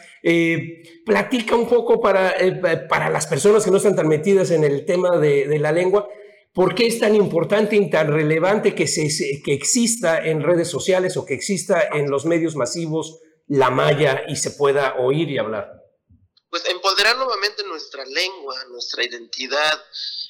Eh, platica un poco para, eh, para las personas que no están tan metidas en el tema de, de la lengua, ¿por qué es tan importante y tan relevante que, se, que exista en redes sociales o que exista en los medios masivos la maya y se pueda oír y hablar? Pues empoderar nuevamente nuestra lengua, nuestra identidad,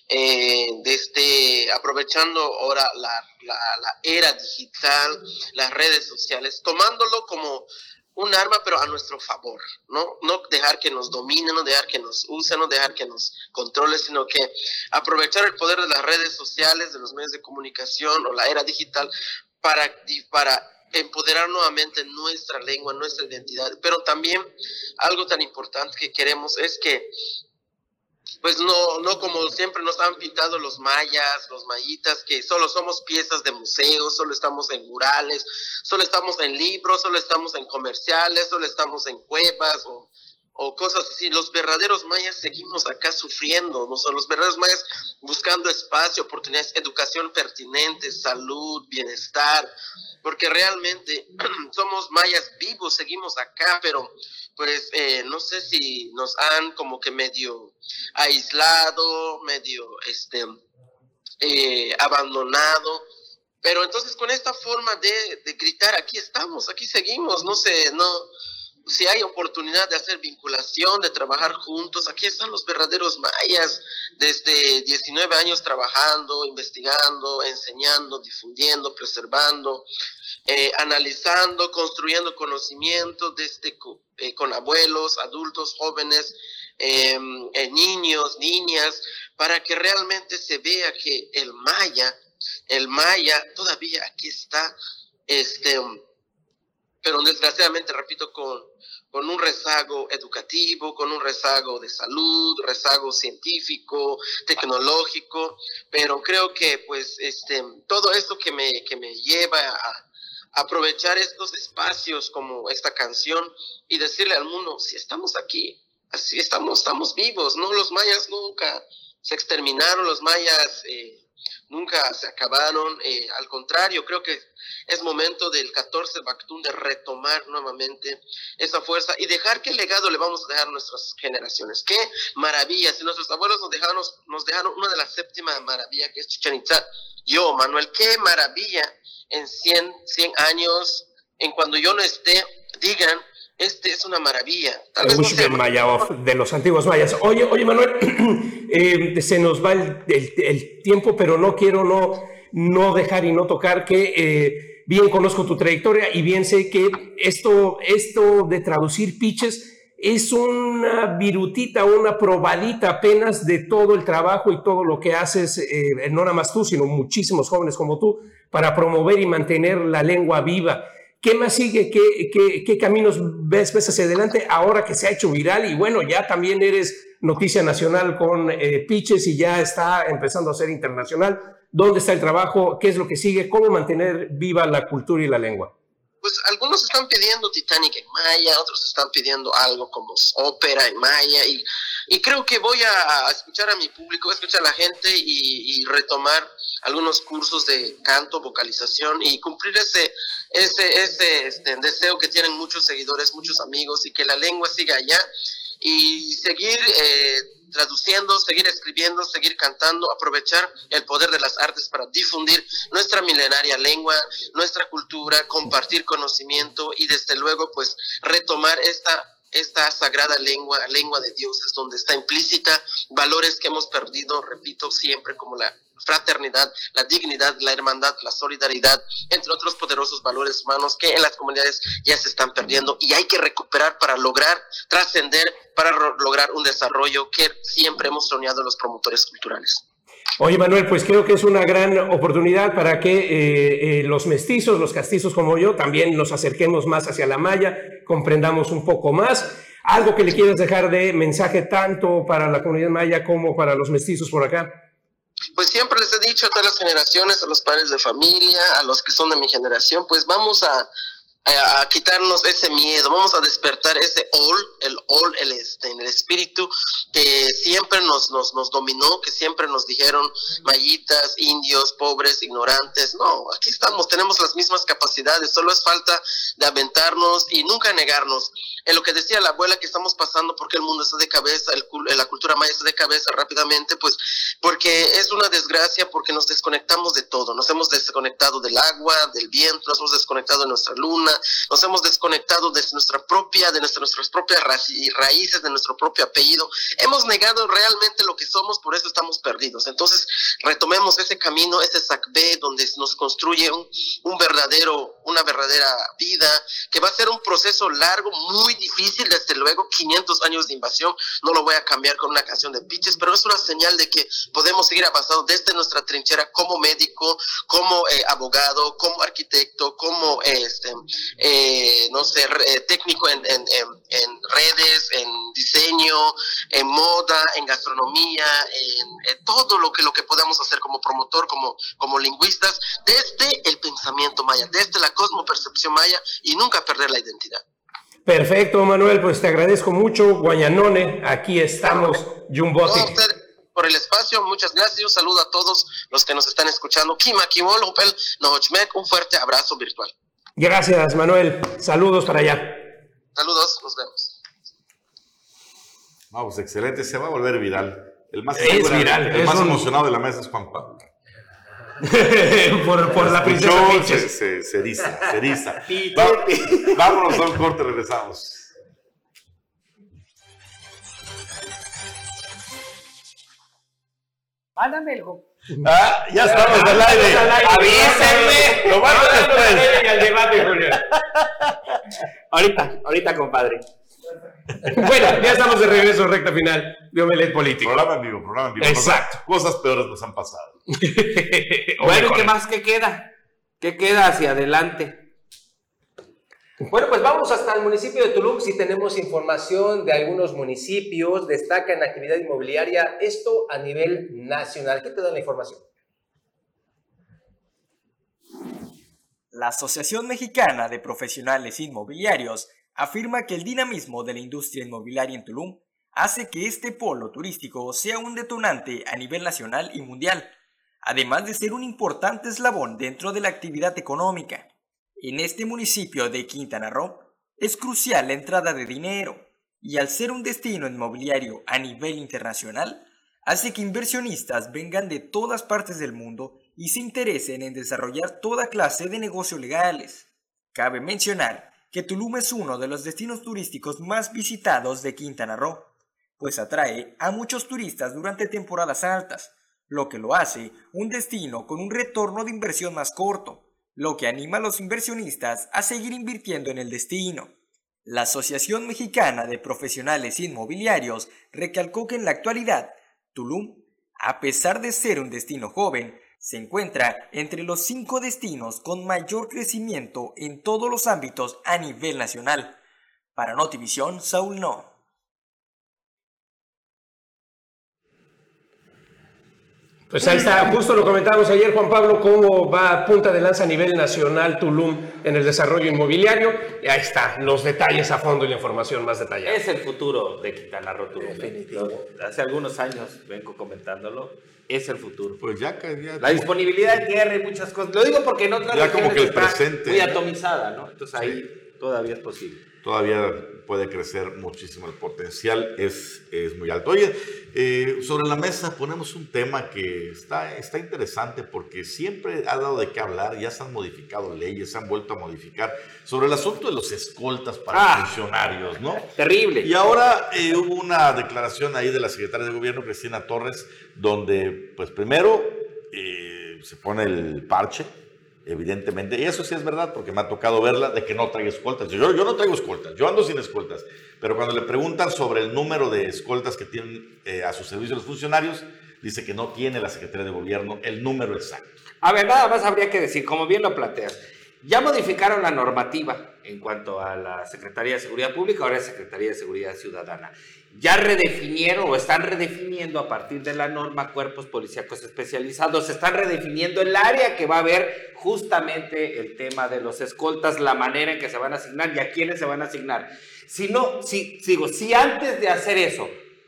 eh, desde aprovechando ahora la, la, la era digital, las redes sociales, tomándolo como un arma, pero a nuestro favor, ¿no? No dejar que nos domine, no dejar que nos use, no dejar que nos controle, sino que aprovechar el poder de las redes sociales, de los medios de comunicación o la era digital para, para empoderar nuevamente nuestra lengua, nuestra identidad. Pero también algo tan importante que queremos es que pues no, no como siempre nos han pintado los mayas, los mayitas, que solo somos piezas de museos, solo estamos en murales, solo estamos en libros, solo estamos en comerciales, solo estamos en cuevas o, o cosas así. Los verdaderos mayas seguimos acá sufriendo, ¿no? Son los verdaderos mayas buscando espacio, oportunidades, educación pertinente, salud, bienestar, porque realmente somos mayas vivos, seguimos acá, pero pues eh, no sé si nos han como que medio aislado, medio este eh, abandonado, pero entonces con esta forma de, de gritar, aquí estamos, aquí seguimos, no sé, no, si hay oportunidad de hacer vinculación, de trabajar juntos, aquí están los verdaderos mayas, desde diecinueve años trabajando, investigando, enseñando, difundiendo, preservando, eh, analizando, construyendo conocimiento desde eh, con abuelos, adultos, jóvenes, eh, eh, niños, niñas, para que realmente se vea que el maya, el maya todavía aquí está, este, pero desgraciadamente, repito, con, con un rezago educativo, con un rezago de salud, rezago científico, tecnológico, pero creo que pues este, todo esto que me, que me lleva a aprovechar estos espacios como esta canción y decirle al mundo, si estamos aquí, así estamos, estamos vivos, ¿no? Los mayas nunca se exterminaron, los mayas eh, nunca se acabaron, eh, al contrario, creo que es momento del catorce Bactún de retomar nuevamente esa fuerza y dejar qué legado le vamos a dejar a nuestras generaciones. Qué maravilla, si nuestros abuelos nos dejaron, nos dejaron una de las séptimas maravillas que es Chichén Itzá. Yo, Manuel, qué maravilla en cien, cien años, en cuando yo no esté, digan, este es una maravilla. Tal vez no sea Maya, de los antiguos mayas. Oye, oye Manuel, eh, se nos va el, el, el tiempo, pero no quiero no, no dejar y no tocar que eh, bien conozco tu trayectoria y bien sé que esto, esto de traducir piches es una virutita, una probadita apenas de todo el trabajo y todo lo que haces, eh, no nada más tú, sino muchísimos jóvenes como tú, para promover y mantener la lengua viva. ¿Qué más sigue? ¿Qué, qué, qué caminos ves, ves hacia adelante ahora que se ha hecho viral? Y bueno, ya también eres noticia nacional con eh, Piches y ya está empezando a ser internacional. ¿Dónde está el trabajo? ¿Qué es lo que sigue? ¿Cómo mantener viva la cultura y la lengua? pues algunos están pidiendo Titanic en maya, otros están pidiendo algo como ópera en maya, y, y creo que voy a, a escuchar a mi público, a escuchar a la gente y, y retomar algunos cursos de canto, vocalización y cumplir ese, ese, ese este, deseo que tienen muchos seguidores, muchos amigos, y que la lengua siga allá y seguir eh, traduciendo, seguir escribiendo, seguir cantando, aprovechar el poder de las artes para difundir nuestra milenaria lengua, nuestra cultura, compartir conocimiento y desde luego pues retomar esta esta sagrada lengua, lengua de dioses, donde está implícita valores que hemos perdido, repito, siempre, como la fraternidad, la dignidad, la hermandad, la solidaridad, entre otros poderosos valores humanos que en las comunidades ya se están perdiendo y hay que recuperar para lograr trascender, para lograr un desarrollo que siempre hemos soñado los promotores culturales. Oye, Manuel, pues creo que es una gran oportunidad para que eh, eh, los mestizos, los castizos como yo, también nos acerquemos más hacia la maya, comprendamos un poco más. ¿Algo que le quieras dejar de mensaje tanto para la comunidad maya como para los mestizos por acá? Pues siempre les he dicho a todas las generaciones, a los padres de familia, a los que son de mi generación, pues vamos a, a, a quitarnos ese miedo, vamos a despertar ese ol, el ol, el, este, el espíritu que siempre nos, nos, nos dominó, que siempre nos dijeron mayitas, indios, pobres, ignorantes. No, aquí estamos, tenemos las mismas capacidades, solo es falta de aventarnos y nunca negarnos. En lo que decía la abuela, que estamos pasando porque el mundo está de cabeza, el, la cultura maya está de cabeza rápidamente, pues porque es una desgracia, porque nos desconectamos de todo, nos hemos desconectado del agua, del viento, nos hemos desconectado de nuestra luna, nos hemos desconectado de nuestra propia, de nuestra, nuestras propias raíces, de nuestro propio apellido, hemos negado realmente lo que somos, por eso estamos perdidos. Entonces retomemos ese camino, ese sacbé donde nos construye un, un verdadero, una verdadera vida, que va a ser un proceso largo, muy difícil, desde luego, quinientos años de invasión, no lo voy a cambiar con una canción de Piches, pero es una señal de que podemos seguir avanzando desde nuestra trinchera como médico, como eh, abogado, como arquitecto, como eh, este, eh, no sé, eh, técnico en, en, en, en redes, en diseño, en moda, en gastronomía, en, en todo lo que, lo que podamos hacer como promotor, como, como lingüistas, desde el pensamiento maya, desde la cosmopercepción maya, y nunca perder la identidad. Perfecto, Manuel, pues te agradezco mucho. Guayanone, aquí estamos, Yumbote. No, usted, por el espacio, muchas gracias. Un saludo a todos los que nos están escuchando. Kima, Kimol, Upel, Nohochmek, un fuerte abrazo virtual. Gracias, Manuel. Saludos para allá. Saludos, nos vemos. No, pues excelente, se va a volver viral. El más, es viral, el es más un... emocionado de la mesa es Juan Pablo. por, por la princesa se, se, se eriza, se eriza. Va, vámonos a un corte, regresamos. Mándame el go. Ah, ya estamos al aire. Avísenme. Lo van a después. Al debate, Julián. Ahorita, ahorita, compadre. Bueno, ya estamos de regreso, recta final de Omelet Político. Programa en vivo, programa en vivo. Exacto. Cosas peores nos han pasado. Bueno, ¿qué más? ¿Qué queda? ¿Qué queda hacia adelante? Bueno, pues vamos hasta el municipio de Tulum. Si tenemos información de algunos municipios, destacan actividad inmobiliaria, esto a nivel nacional. ¿Qué te da la información? La Asociación Mexicana de Profesionales Inmobiliarios afirma que el dinamismo de la industria inmobiliaria en Tulum hace que este polo turístico sea un detonante a nivel nacional y mundial, además de ser un importante eslabón dentro de la actividad económica. En este municipio de Quintana Roo es crucial la entrada de dinero, y al ser un destino inmobiliario a nivel internacional, hace que inversionistas vengan de todas partes del mundo y se interesen en desarrollar toda clase de negocios legales. Cabe mencionar que Tulum es uno de los destinos turísticos más visitados de Quintana Roo, pues atrae a muchos turistas durante temporadas altas, lo que lo hace un destino con un retorno de inversión más corto, lo que anima a los inversionistas a seguir invirtiendo en el destino. La Asociación Mexicana de Profesionales Inmobiliarios recalcó que en la actualidad, Tulum, a pesar de ser un destino joven, se encuentra entre los cinco destinos con mayor crecimiento en todos los ámbitos a nivel nacional. Para Notivisión, Saúl No. Pues ahí está, justo lo comentábamos ayer, Juan Pablo, cómo va punta de lanza a nivel nacional Tulum en el desarrollo inmobiliario. Y ahí está, los detalles a fondo y la información más detallada. Es el futuro de Quintana Roo, Tulum. Hace algunos años vengo comentándolo. Es el futuro. Pues ya que ya la disponibilidad de tierra y muchas cosas. Lo digo porque en otras ya como que el está presente, muy ¿no? atomizada, ¿no? Entonces ahí sí, todavía es posible. Todavía puede crecer muchísimo, el potencial es, es muy alto. Oye, eh, sobre la mesa ponemos un tema que está, está interesante porque siempre ha dado de qué hablar, ya se han modificado leyes, se han vuelto a modificar sobre el asunto de los escoltas para ah, funcionarios, ¿no? Terrible. Y ahora eh, hubo una declaración ahí de la secretaria de Gobierno, Cristina Torres, donde, pues primero, eh, se pone el parche, evidentemente, y eso sí es verdad, porque me ha tocado verla, de que no trae escoltas. Yo, yo no traigo escoltas, yo ando sin escoltas, pero cuando le preguntan sobre el número de escoltas que tienen eh, a su servicio los funcionarios, dice que no tiene la Secretaría de Gobierno el número exacto. A ver, nada más habría que decir, como bien lo planteas, ya modificaron la normativa en cuanto a la Secretaría de Seguridad Pública, ahora es Secretaría de Seguridad Ciudadana. Ya redefinieron o están redefiniendo a partir de la norma cuerpos policíacos especializados, se están redefiniendo el área que va a ver justamente el tema de los escoltas, la manera en que se van a asignar y a quiénes se van a asignar. Si no, si, digo, si antes de hacer eso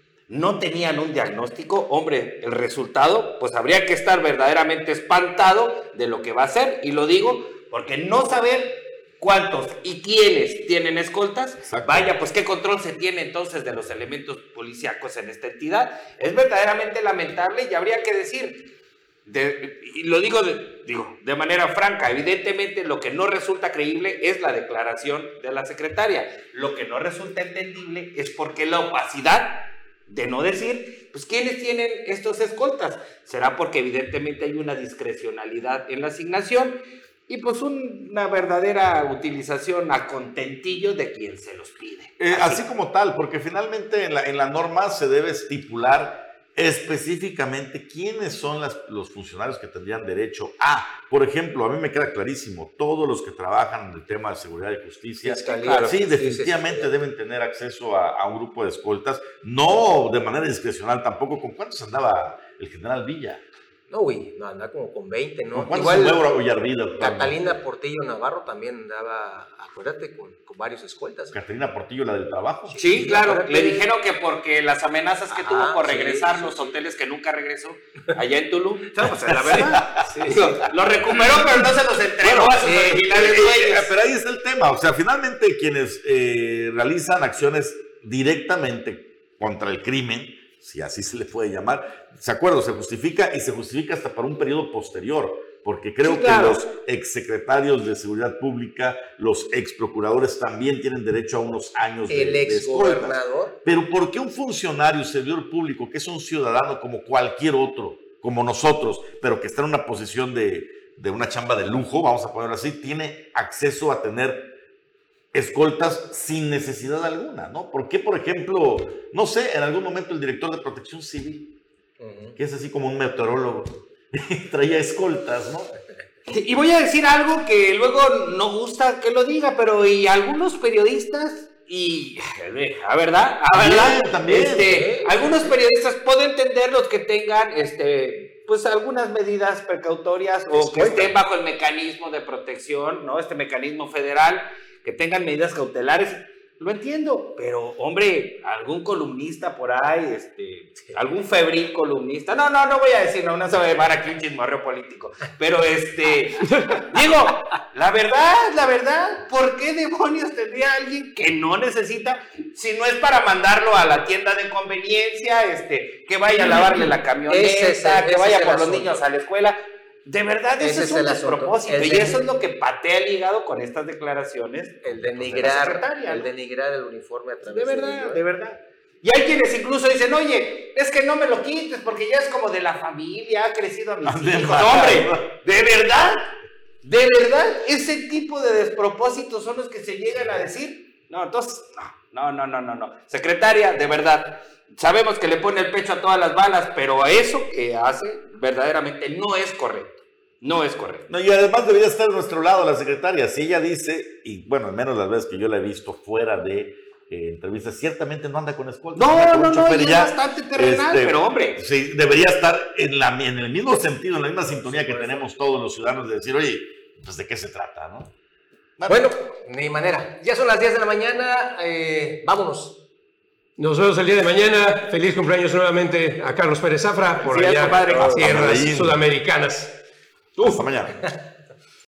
no tenían un diagnóstico, hombre, el resultado, pues habría que estar verdaderamente espantado de lo que va a ser, y lo digo porque no saber cuántos y quiénes tienen escoltas, exacto, vaya, pues qué control se tiene entonces de los elementos policíacos en esta entidad. Es verdaderamente lamentable y habría que decir, de, y lo digo de, digo de manera franca, evidentemente lo que no resulta creíble es la declaración de la secretaria. Lo que no resulta entendible es porque la opacidad de no decir, pues quiénes tienen estos escoltas. Será porque evidentemente hay una discrecionalidad en la asignación, y pues una verdadera utilización a contentillo de quien se los pide. Eh, así. así como tal, porque finalmente en la, en la norma se debe estipular específicamente quiénes son las, los funcionarios que tendrían derecho a, por ejemplo, a mí me queda clarísimo, todos los que trabajan en el tema de seguridad y justicia, claro, sí, definitivamente sí, sí, sí. deben tener acceso a, a un grupo de escoltas, no de manera discrecional tampoco. ¿Con cuántos andaba el general Villa? No, güey, no, andaba como con veinte, ¿no? ¿Con igual Ollarvida, Catalina Portillo Navarro también andaba, acuérdate, con, con varios escoltas. Catalina Portillo, la del trabajo. Sí, sí, claro, acuérdate. Le dijeron que porque las amenazas que ah, tuvo por regresar, sí, los hoteles que nunca regresó, allá en Tulum, no, pues la verdad, sí, sí. Lo recuperó, pero no se los entregó bueno, a sus eh, originales eh, dueños. Pero ahí está el tema, o sea, finalmente quienes eh, realizan acciones directamente contra el crimen, si así se le puede llamar, ¿se acuerda? Se justifica y se justifica hasta para un periodo posterior, porque creo sí, claro. que los exsecretarios de Seguridad Pública, los exprocuradores también tienen derecho a unos años de, el ex gobernador. Pero ¿por qué un funcionario, servidor público, que es un ciudadano como cualquier otro, como nosotros, pero que está en una posición de, de una chamba de lujo, vamos a ponerlo así, tiene acceso a tener escoltas sin necesidad alguna, ¿no? ¿Por qué, por ejemplo, no sé, en algún momento el director de Protección Civil, uh-huh. que es así como un meteorólogo, traía escoltas, ¿no? Y voy a decir algo que luego no gusta que lo diga, pero y algunos periodistas, y a verdad, a verdad, también, también. Este, ¿eh? Algunos periodistas puedo entender los que tengan, este, pues algunas medidas precautorias o que estén bajo el mecanismo de protección, ¿no? Este mecanismo federal, que tengan medidas cautelares, lo entiendo, pero hombre, algún columnista por ahí, este, algún febril columnista, no, no, no voy a decir, no, no se va a llevar aquí un chismorreo político, pero este, digo, la verdad, la verdad, ¿por qué demonios tendría alguien que no necesita, si no es para mandarlo a la tienda de conveniencia, este, que vaya a lavarle la camioneta, ese es el, que vaya por los niños a la escuela? De verdad, eso ese es, es un despropósito, y eso es lo que patea el hígado con estas declaraciones. El denigrar, de el, ¿no? denigrar el uniforme a través de verdad, de, de verdad. Y hay quienes incluso dicen, oye, es que no me lo quites porque ya es como de la familia, ha crecido a mis hijos. No, hombre, de verdad, de verdad, ese tipo de despropósitos son los que se llegan a decir. No, entonces, no, no, no, no, no. Secretaria, de verdad, sabemos que le pone el pecho a todas las balas, pero eso que hace verdaderamente no es correcto. No es correcto. No, y además debería estar a nuestro lado la secretaria. Si ella dice, y bueno, al menos las veces que yo la he visto fuera de eh, entrevistas, ciertamente no anda con escolta. No, anda con no, un no, chofer y y es ya, bastante terrenal, este, pero hombre. Sí, debería estar en, la, en el mismo sentido, en la misma sintonía que tenemos todos los ciudadanos de decir, oye, pues de qué se trata, ¿no? Bueno, ni manera. Ya son las diez de la mañana, eh, vámonos. Nos vemos el día de mañana. Feliz cumpleaños nuevamente a Carlos Pérez Zafra por Sí, allá, compadre. a tierras Hasta Medellín. sudamericanas. Hasta mañana.